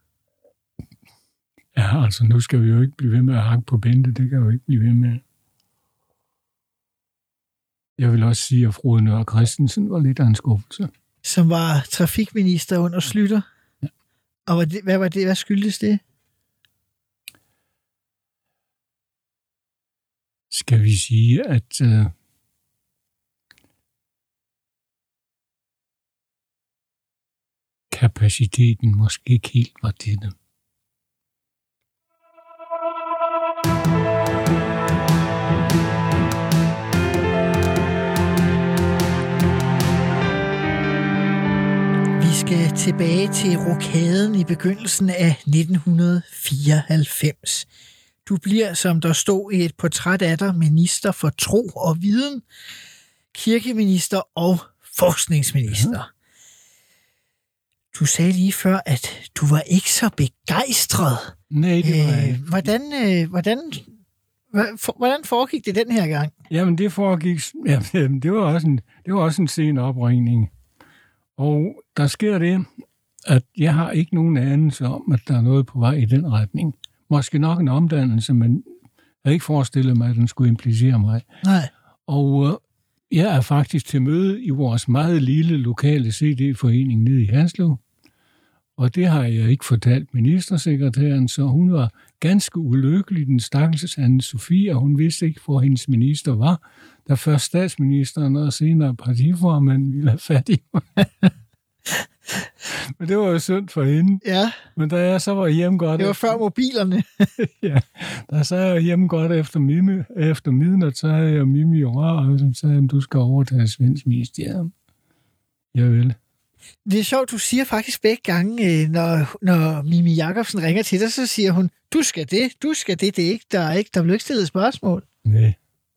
Ja, altså nu skal vi jo ikke blive ved med at hakke på Bente. Det kan jo ikke blive ved med. Jeg vil også sige, at Frode Nørre Christensen var lidt af en skuffelse. som var trafikminister under Schlüter. Ja. Og hvad, det, hvad var det? Hvad skyldtes det? Skal vi sige, at øh, kapaciteten måske ikke helt var til det. Vi skal tilbage til rokaden i begyndelsen af nitten fireoghalvfems. Du bliver, som der stod i et portræt af dig, minister for tro og viden, kirkeminister og forskningsminister. Ja. Du sagde lige før, at du var ikke så begejstret. Nej, det var jeg ikke. Øh, hvordan, øh, hvordan, hvordan foregik det den her gang? Jamen, det foregik... Jamen, det var også en, det var også en sen opringning. Og der sker det, at jeg har ikke nogen anelse om, at der er noget på vej i den retning. Måske nok en omdannelse, men jeg havde ikke forestillet mig, at den skulle implicere mig. Nej. Og øh, jeg er faktisk til møde i vores meget lille lokale C D-forening nede i Haslev. Og det har jeg ikke fortalt ministersekretæren, så hun var ganske ulykkelig, den stakkels Anne-Sophie, og hun vidste ikke, hvor hendes minister var, da først statsministeren og senere partiformanden ville have fat i mig. Men det var jo synd for hende. Ja. Men da jeg så var hjemme godt... Det var efter, før mobilerne. ja, da så jeg hjemme godt efter, mime, efter midnat, så havde jeg Mimi i rør, og som sagde, at du skal overtage Svends ministerium. Jeg vil. Det er sjovt, du siger faktisk begge gange, når, når Mimi Jakobsen ringer til dig, så siger hun, du skal det, du skal det, det er ikke, der er ikke, der bliver ikke stillet spørgsmål. Nej.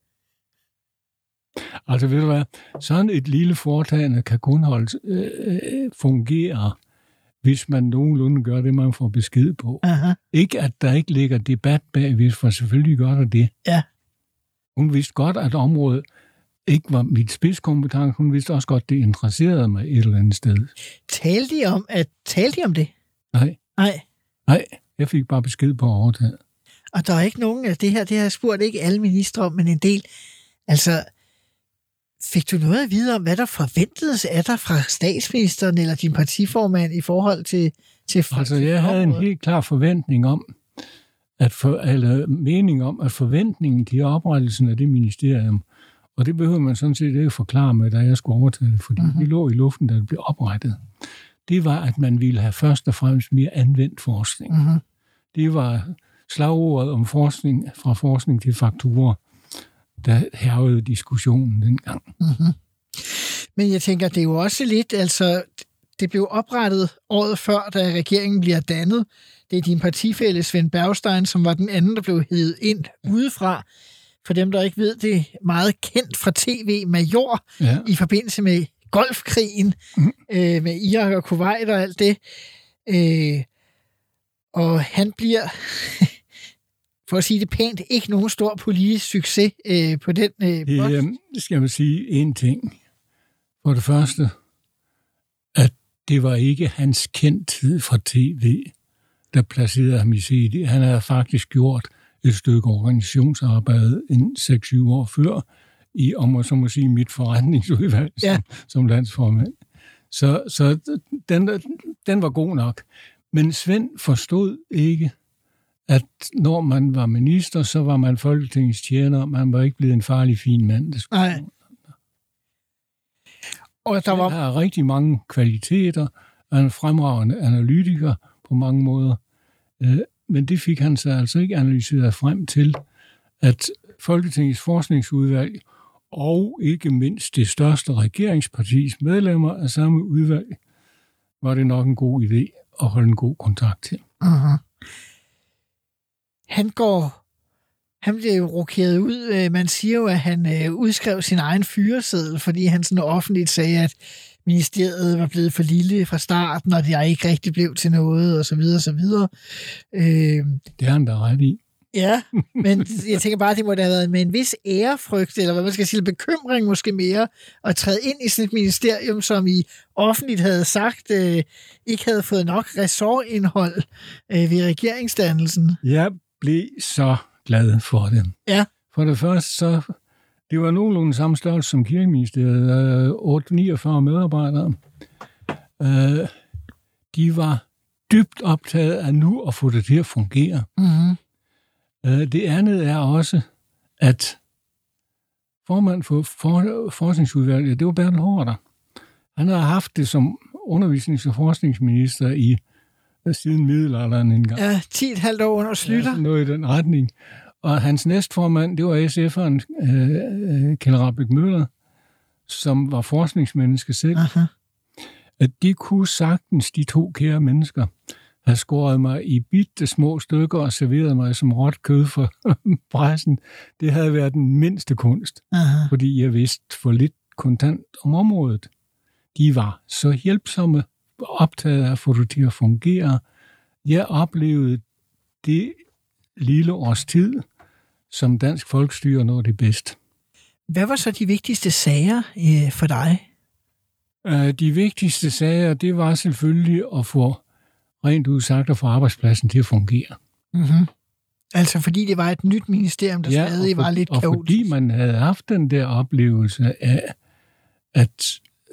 Altså ved du hvad, sådan et lille foretagende kan kun holde, øh, fungere, hvis man nogenlunde gør det, man får besked på. Aha. Ikke at der ikke ligger debat bagved, for selvfølgelig gør der det. Ja. Hun vidste godt, at området ikke var mit spidskompetence. Hun vidste også godt, det interesserede mig et eller andet sted. Talte de om, at, talte de om det? Nej. Nej. Nej, jeg fik bare besked på at overtage. Og der er ikke nogen af det her, det har jeg spurgt ikke alle ministre om, men en del. Altså, fik du noget at vide om, hvad der forventedes af dig fra statsministeren eller din partiformand i forhold til... til altså, jeg havde en helt klar forventning om, at for, eller mening om, at forventningen til oprettelsen af det ministerium, og det behøver man sådan set ikke forklare mig, da jeg skulle overtage det, fordi mm-hmm. det lå i luften, da det blev oprettet. Det var, at man ville have først og fremmest mere anvendt forskning. Mm-hmm. Det var slagordet om forskning, fra forskning til fakturer, der hærgede diskussionen dengang. Mm-hmm. Men jeg tænker, det er jo også lidt, altså, det blev oprettet året før, da regeringen bliver dannet. Det er din partifælle Svend Bergstein, som var den anden, der blev hevet ind udefra. For dem, der ikke ved det, meget kendt fra tv, Major, ja. I forbindelse med Golfkrigen, mm. øh, med Irak og Kuwait og alt det. Øh, og han bliver, for at sige det pænt, ikke nogen stor politisk succes øh, på den øh, post. Det skal man sige en ting. For det første, at det var ikke hans kendthed fra tv, der placerede ham i C D. Han havde faktisk gjort et stykke organisationsarbejde en seks syv år før, i, om man så må sige, mit forretningsudvalg ja. som, som landsformand. Så, så den, den var god nok. Men Svend forstod ikke, at når man var minister, så var man Folketingets tjener. Man var ikke blevet en farlig, fin mand. Det Nej. Og der var... Han har rigtig mange kvaliteter, og en fremragende analytiker på mange måder. Men det fik han så altså ikke analyseret frem til, at Folketingets forskningsudvalg og ikke mindst det største regeringspartis medlemmer af samme udvalg, var det nok en god idé at holde en god kontakt til. Uh-huh. Han går, han blev jo rokeret ud. Man siger jo, at han udskrev sin egen fyreseddel, fordi han sådan offentligt sagde, at ministeriet var blevet for lille fra starten, og det ikke rigtig blev til noget, og så videre, og så videre. Øh, det er han da ret i. Ja, men jeg tænker bare, at det må da have været med en vis ærefrygt, eller hvad man skal sige, bekymring måske mere, at træde ind i sådan et ministerium, som I offentligt havde sagt, øh, ikke havde fået nok ressortindhold øh, ved regeringsdannelsen. Jeg blev så glad for det. Ja. For det første, så det var nogenlunde samme størrelse som Kirkeministeriet, otte niogfyrre medarbejdere. Øh, de var dybt optaget af nu at få det til at fungere. Mm-hmm. Øh, det andet er også, at formand for, for forskningsudvalget, det var Bertel Haarder. Han har haft det som undervisnings- og forskningsminister i siden middelalderen engang. Ja, ti komma fem år under Schlüter. Ja, noget i den retning. Og hans næstformand, det var S F'eren øh, Kjeld Rabæk Møller, som var forskningsmenneske selv. Aha. At de kunne sagtens, de to kære mennesker, have skåret mig i bitte små stykker og serveret mig som råt kød for pressen. Det havde været den mindste kunst, Aha. fordi jeg vidste for lidt kontant om området. De var så hjælpsomme, optaget af at få det til at fungere. Jeg oplevede det lille års tid, som dansk folkestyre når det bedst. Hvad var så de vigtigste sager øh, for dig? De vigtigste sager, det var selvfølgelig at få rent udsagt at få arbejdspladsen til at fungere. Mm-hmm. Altså fordi det var et nyt ministerium, der ja, stadig for, var lidt kaotisk. Og fordi man havde haft den der oplevelse af, at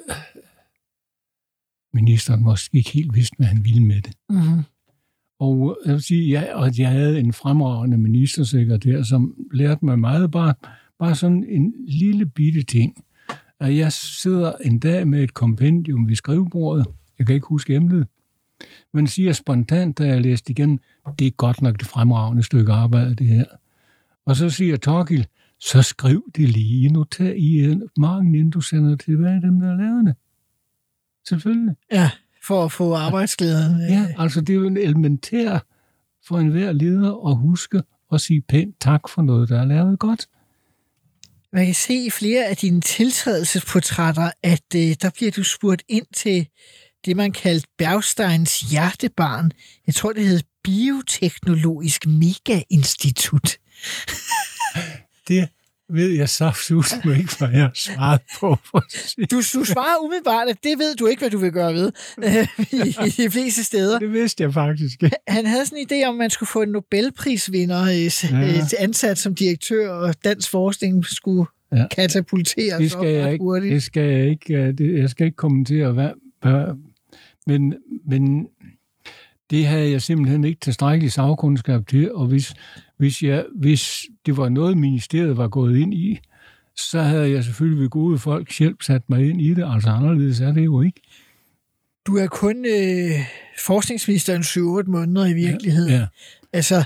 ministeren måske ikke helt vidste, hvad han ville med det. Mm-hmm. Og jeg vil sige, ja, at jeg havde en fremragende ministersekretær, som lærte mig meget, bare, bare sådan en lille bitte ting. At jeg sidder en dag med et kompendium ved skrivebordet, jeg kan ikke huske emnet, men siger spontant, da jeg læste igen, det er godt nok det fremragende stykke arbejde, det her. Og så siger Torkild, så skriv det lige, noter i marken, inden du sender det tilbage dem, der har lavet det. Selvfølgelig. Ja, for at få arbejdsglæden. Ja, altså det er jo en elementær for enhver leder at huske og sige pænt tak for noget, der er lavet godt. Man kan se i flere af dine tiltrædelsesportrætter, at øh, der bliver du spurgt ind til det, man kaldte Bergsteins hjertebarn. Jeg tror, det hed Bioteknologisk Mega-Institut. Det ved jeg saftsus mig ikke, hvad jeg har svaret på. Du, du svarer umiddelbart, at det ved du ikke, hvad du vil gøre ved i, i de fleste steder. Det vidste jeg faktisk. Han havde sådan en idé om, at man skulle få en Nobelprisvinder ja. ansat som direktør, og dansk forskning skulle ja. katapulteres det skal op jeg ikke, hurtigt. Det skal jeg ikke, det, jeg skal ikke kommentere, hvad, hvad, men, men det havde jeg simpelthen ikke tilstrækkelig sagkundskab til, og hvis, hvis, jeg, hvis det var noget, ministeriet var gået ind i, så havde jeg selvfølgelig ved gode folks hjælp sat mig ind i det. Altså anderledes er det jo ikke. Du er kun øh, forskningsministeren syv otte måneder i virkeligheden. Ja, ja. Altså,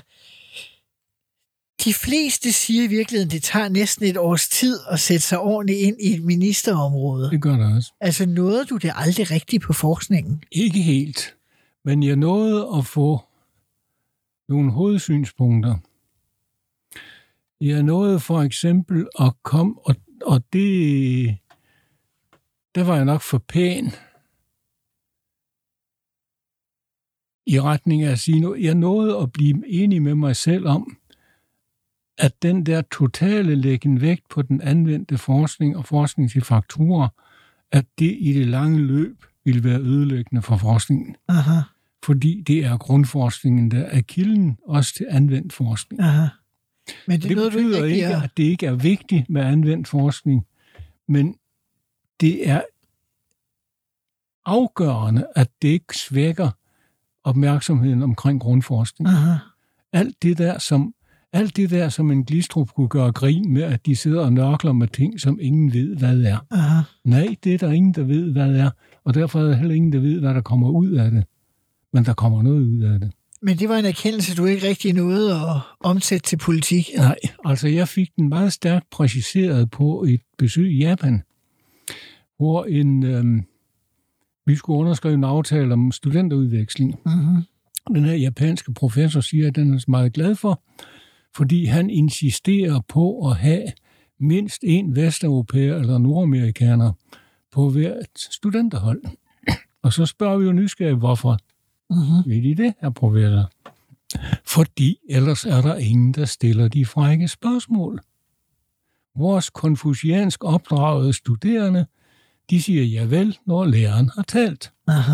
de fleste siger i virkeligheden, det tager næsten et års tid at sætte sig ordentligt ind i et ministerområde. Det gør det også. Altså, nåede du det aldrig rigtigt på forskningen? Ikke helt. Men jeg nåede at få nogle hovedsynspunkter. Jeg nåede for eksempel at komme, og, og det, der var jeg nok for pæn i retning af at sige noget. Jeg nåede at blive enig med mig selv om, at den der totale læggen vægt på den anvendte forskning og forskning til faktorer, at det i det lange løb ville være ødelæggende for forskningen. Aha. Fordi det er grundforskningen, der er kilden også til anvendt forskning. Aha. Men det, det noget, betyder du ikke, ikke, at det ikke er vigtigt med anvendt forskning, men det er afgørende, at det ikke svækker opmærksomheden omkring grundforskning. Aha. Alt det der, som alt det der, som en Glistrup kunne gøre grin med, at de sidder og nørkler med ting, som ingen ved, hvad det er. Aha. Nej, det er der ingen, der ved, hvad det er, og derfor er der heller ingen, der ved, hvad der kommer ud af det. Men der kommer noget ud af det. Men det var en erkendelse, du ikke rigtig nåede at omsætte til politik? Nej, altså jeg fik den meget stærkt præciseret på et besøg i Japan, hvor en, øhm, vi skulle underskrive en aftale om studenterudveksling. Mm-hmm. Den her japanske professor siger, at den er meget glad for, fordi han insisterer på at have mindst en vesteuropæer eller nordamerikaner på hvert studenterhold. Og så spørger vi jo nysgerrigt, hvorfor mm-hmm. ved I det, her professor? Fordi ellers er der ingen, der stiller de frække spørgsmål. Vores konfuciansk opdragede studerende, de siger ja vel, når læreren har talt. Aha.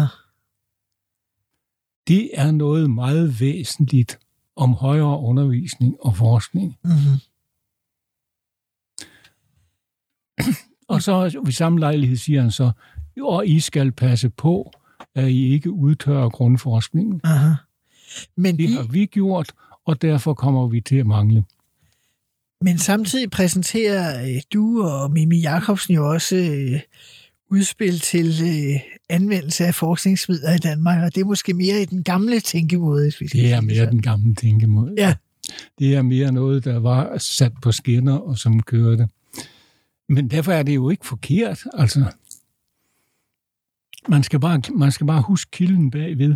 Det er noget meget væsentligt om højere undervisning og forskning. Mm-hmm. Og så ved samme lejlighed siger han så, og I skal passe på, at I ikke udtørrer grundforskningen. Aha. Men det de... har vi gjort, og derfor kommer vi til at mangle. Men samtidig præsenterer øh, du og Mimi Jakobsen jo også øh, udspil til øh, anvendelse af forskningsmidler i Danmark, og det er måske mere i den gamle tænkemåde. Hvis vi skal det er mere den gamle tænkemåde. Ja. Det er mere noget, der var sat på skinner og som kørte. Men derfor er det jo ikke forkert. Altså, man skal bare, man skal bare huske kilden bagved.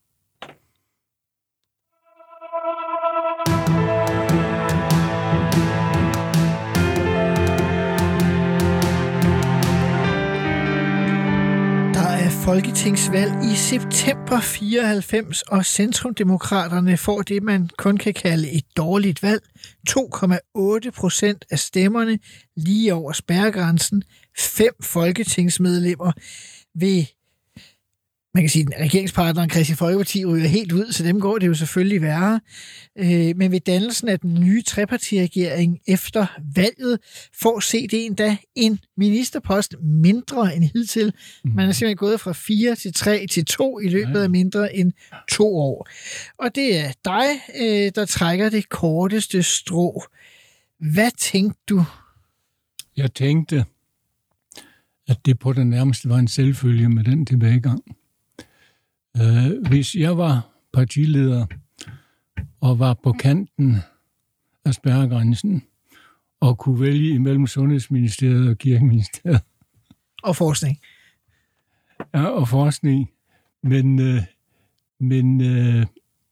Folketingsvalg i september fireoghalvfems, og Centrumdemokraterne får det, man kun kan kalde et dårligt valg. to komma otte procent af stemmerne, lige over spærregrænsen. Fem folketingsmedlemmer ved, man kan sige, at regeringspartneren Kristeligt Folkeparti ryger helt ud, så dem går det jo selvfølgelig værre. Men ved dannelsen af den nye trepartiregering efter valget, får C D endda en ministerpost mindre end hidtil. Man er simpelthen gået fra fire til tre til to i løbet af mindre end to år. Og det er dig, der trækker det korteste strå. Hvad tænkte du? Jeg tænkte, at det på den nærmeste var en selvfølge med den tilbagegang. Uh, hvis jeg var partileder og var på kanten af spærregrænsen og kunne vælge imellem Sundhedsministeriet og Kirkeministeriet. Og forskning. Ja, og forskning. Men, uh, men uh,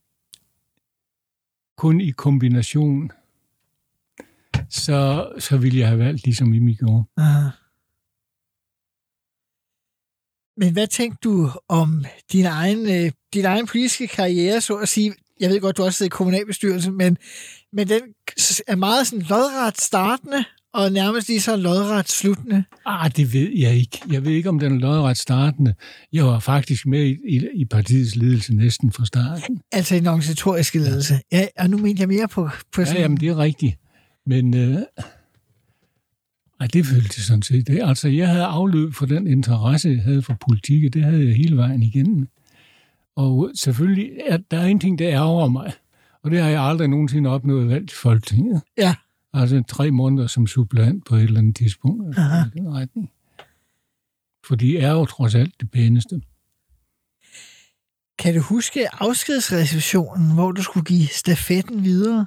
kun i kombination, så, så ville jeg have valgt ligesom Mimi gjorde. Aha. Men hvad tænkte du om din egen, øh, din egen politiske karriere, så at sige? Jeg ved godt, du også sidder i kommunalbestyrelsen, men, men den er meget sådan lodret startende, og nærmest lige så lodret sluttende. Ah, det ved jeg ikke. Jeg ved ikke, om den er lodret startende. Jeg var faktisk med i, i, i partiets ledelse næsten fra starten. Altså en organisatorisk ledelse. Ja. Ja, og nu mener jeg mere på, på sådan... Ja, jamen det er rigtigt. Men... Øh, Ej, det følte jeg sådan set. Det. Altså, jeg havde afløb for den interesse, jeg havde for politik, det havde jeg hele vejen igennem. Og selvfølgelig, er, der er en ting, der ærger mig, og det har jeg aldrig nogensinde opnået valgt i Folketinget. Ja. Altså tre måneder som suppleant på et eller andet tidspunkt. Altså, i den retning. For de er jo trods alt det pæneste. Kan du huske afskedsreceptionen, hvor du skulle give stafetten videre?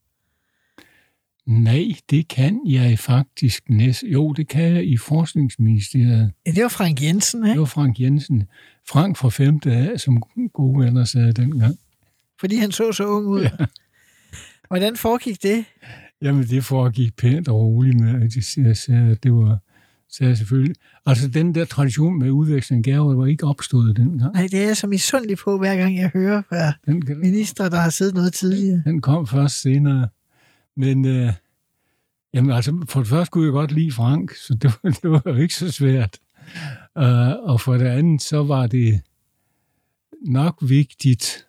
Nej, det kan jeg faktisk næsten. Jo, det kan jeg i Forskningsministeriet. Ja, det var Frank Jensen, ikke? Det var Frank Jensen. Frank fra femte A, som gode venner sagde dengang. Fordi han så så ung ud. Ja. Hvordan foregik det? Jamen, det foregik pænt og roligt med, at jeg sagde, at det var sagde selvfølgelig. Altså, den der tradition med udveksling af gaver var ikke opstået dengang. Nej, det er jeg så misundelig på, hver gang jeg hører fra den, ministre, der har siddet noget tidligere. Den kom først senere. Men øh, jamen, altså, for det første kunne jeg godt lide Frank, så det var, det var jo ikke så svært. Uh, og for det andet, så var det nok vigtigt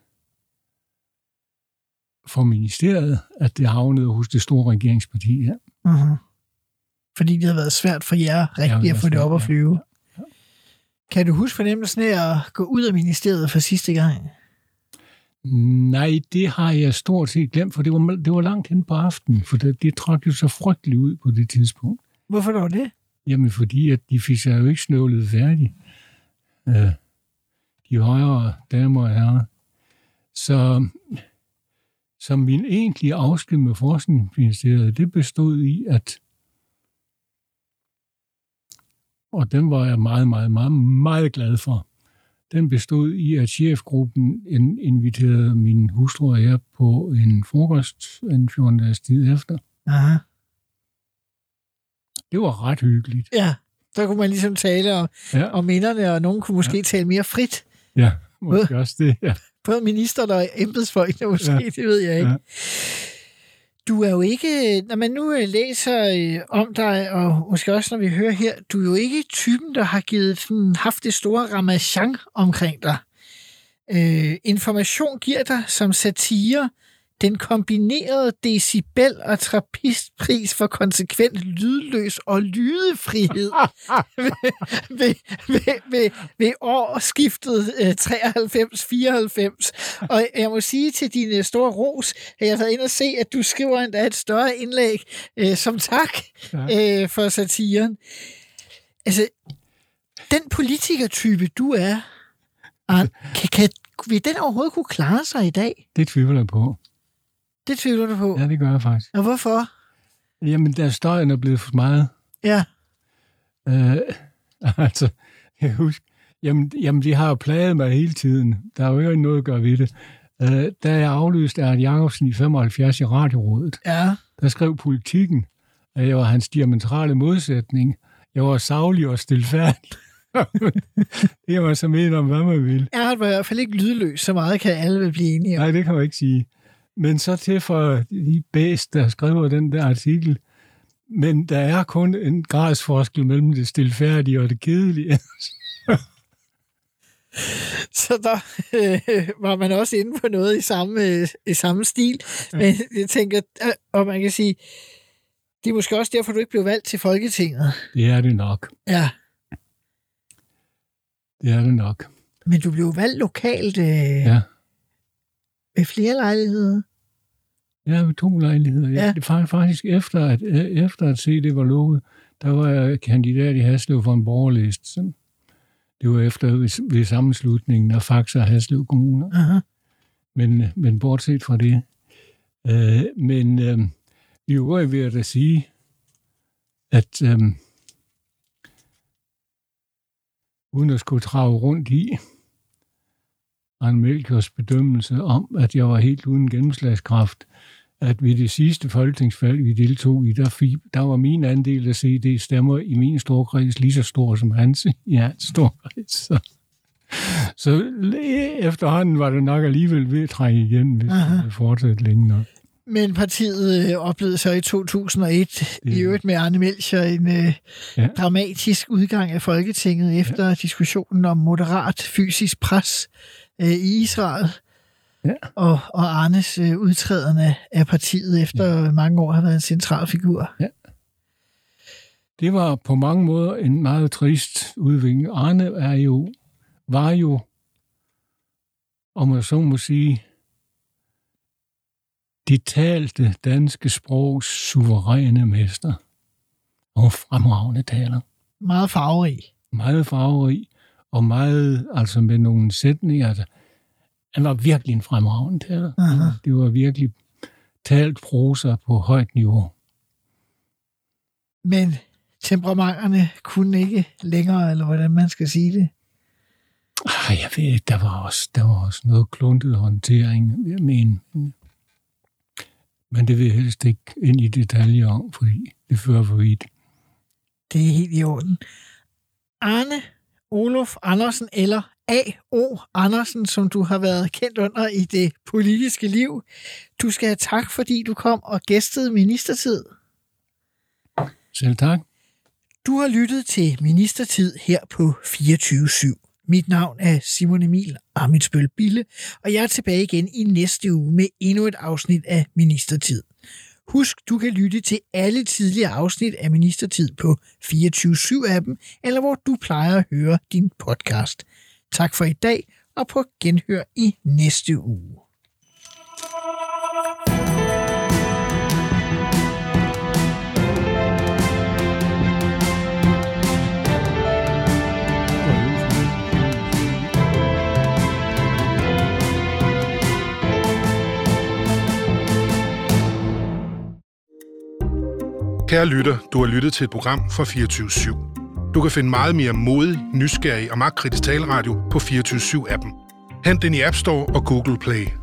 for ministeriet, at det havnede hos det store regeringsparti her. Uh-huh. Fordi det havde været svært for jer rigtig ja, at få det op at flyve. Ja. Ja. Kan du huske fornemmelsen af at gå ud af ministeriet for sidste gang? Nej, det har jeg stort set glemt, for det var, det var langt hen på aftenen, for det, det trak jo så frygteligt ud på det tidspunkt. Hvorfor var det? Jamen, fordi at de fik sig jo ikke snøvlet færdigt. Uh, de højere damer og herrer. Så, så min egentlige afsked med Forskningsministeriet, det bestod i, at og den var jeg meget, meget, meget, meget glad for. Den bestod i, at chefgruppen inviterede min hustru og jeg på en frokost en fjorten dages tid efter. Aha. Det var ret hyggeligt. Ja, der kunne man ligesom tale om, ja. om minderne, og nogen kunne måske ja. tale mere frit. Ja, måske både, også det, ja. Både minister og embedsfolk, måske, ja. det ved jeg ikke. Ja. Du er jo ikke, når man nu læser om dig, og måske også når vi hører her, du er jo ikke typen, der har givet sådan, haft det store ramachan omkring dig. Øh, information giver dig som satire den kombinerede decibel- og trappistpris for konsekvent lydløs og lydefrihed ved, ved, ved, ved, ved årsskiftet øh, treoghalvfems fireoghalvfems. Og jeg må sige til din store ros, at jeg har været inde og se, at du skriver endda et større indlæg øh, som tak øh, for satiren. Altså, den politikertype, du er, Arne, kan, kan, vil den overhovedet kunne klare sig i dag? Det tvivler jeg på. Det tvivler du på? Ja, det gør jeg faktisk. Og hvorfor? Jamen, der støjen er blevet for meget. Ja. Øh, altså, jeg husker, jamen, jamen, de har jo plaget mig hele tiden. Der er jo ikke noget at gøre ved det. Øh, da jeg afløste Ernst Jacobsen i femoghalvfjerds i Radiorådet, ja. Der skrev Politikken, at jeg var hans diametrale modsætning. Jeg var saglig og stilfærdig. Det var så med om, hvad man ville. Jeg var i hvert fald ikke lydløs, så meget kan alle vil blive enige om. Nej, det kan man ikke sige. Men så til for de bedste, der skriver den der artikel. Men der er kun en gradsforskel mellem det stilfærdige og det kedelige. Så der øh, var man også inde på noget i samme, øh, i samme stil. Men jeg tænker, øh, og man kan sige, det er måske også derfor, du ikke blev valgt til Folketinget. Det er det nok. Ja. Det er det nok. Men du blev valgt lokalt øh, ja. Ved flere lejligheder? Ja, ved to lejligheder. Ja. Ja. Det var faktisk efter at, efter at se, det var lukket, der var jeg kandidat i Haslev for en borgerliste. Det var efter ved, ved sammenslutningen af Faxe og Haslev Kommuner. Aha. Men, men bortset fra det. Øh, men øh, i øvrigt vil jeg da sige, at øh, uden at skulle trage rundt i Arne Melchiors bedømmelse om, at jeg var helt uden gennemslagskraft, at ved det sidste folketingsvalg, vi deltog i, der, fik, der var min andel af C D stemmer i min storkreds lige så stor som hans i hans storkreds. Så, så efterhånden var det nok alligevel ved at trække igen, hvis det fortsætte længe nok. Men partiet oplevede så i to tusind og et, ja. I øvrigt med Arne Melchior, en øh, ja. dramatisk udgang af Folketinget efter ja. diskussionen om moderat fysisk pres øh, i Israel. Ja. Og, og Arnes øh, udtræden af, af partiet efter ja. mange år har været en central figur. Ja. Det var på mange måder en meget trist udvikling. Arne er jo, var jo, om man så må sige, det talte danske sprogs suveræne mester og fremragende taler. Meget farverig. Meget farverig, og meget, altså med nogle sætninger, altså, han var virkelig en fremragende taler. Aha. Det var virkelig talt prosa på højt niveau. Men temperamenterne kunne ikke længere, eller hvordan man skal sige det? Ej, jeg ved ikke, der var også, der var også noget kluntet håndtering, jeg mener. Men det vil jeg helst ikke ind i detaljer om, fordi det fører for vidt. Det er helt i orden. Arne Olof Andersen, eller A O Andersen, som du har været kendt under i det politiske liv. Du skal have tak, fordi du kom og gæstede Ministertid. Selv tak. Du har lyttet til Ministertid her på fireogtyve syv. Mit navn er Simon Emil Amitsbøl Bille, og jeg er tilbage igen i næste uge med endnu et afsnit af Ministertid. Husk, du kan lytte til alle tidligere afsnit af Ministertid på fireogtyve syv-appen, eller hvor du plejer at høre din podcast. Tak for i dag, og på genhør i næste uge. Kære lytter, du har lyttet til et program fra fireogtyve syv. Du kan finde meget mere modig, nysgerrig og magtkritisk taleradio på fireogtyve syv-appen. Hent den i App Store og Google Play.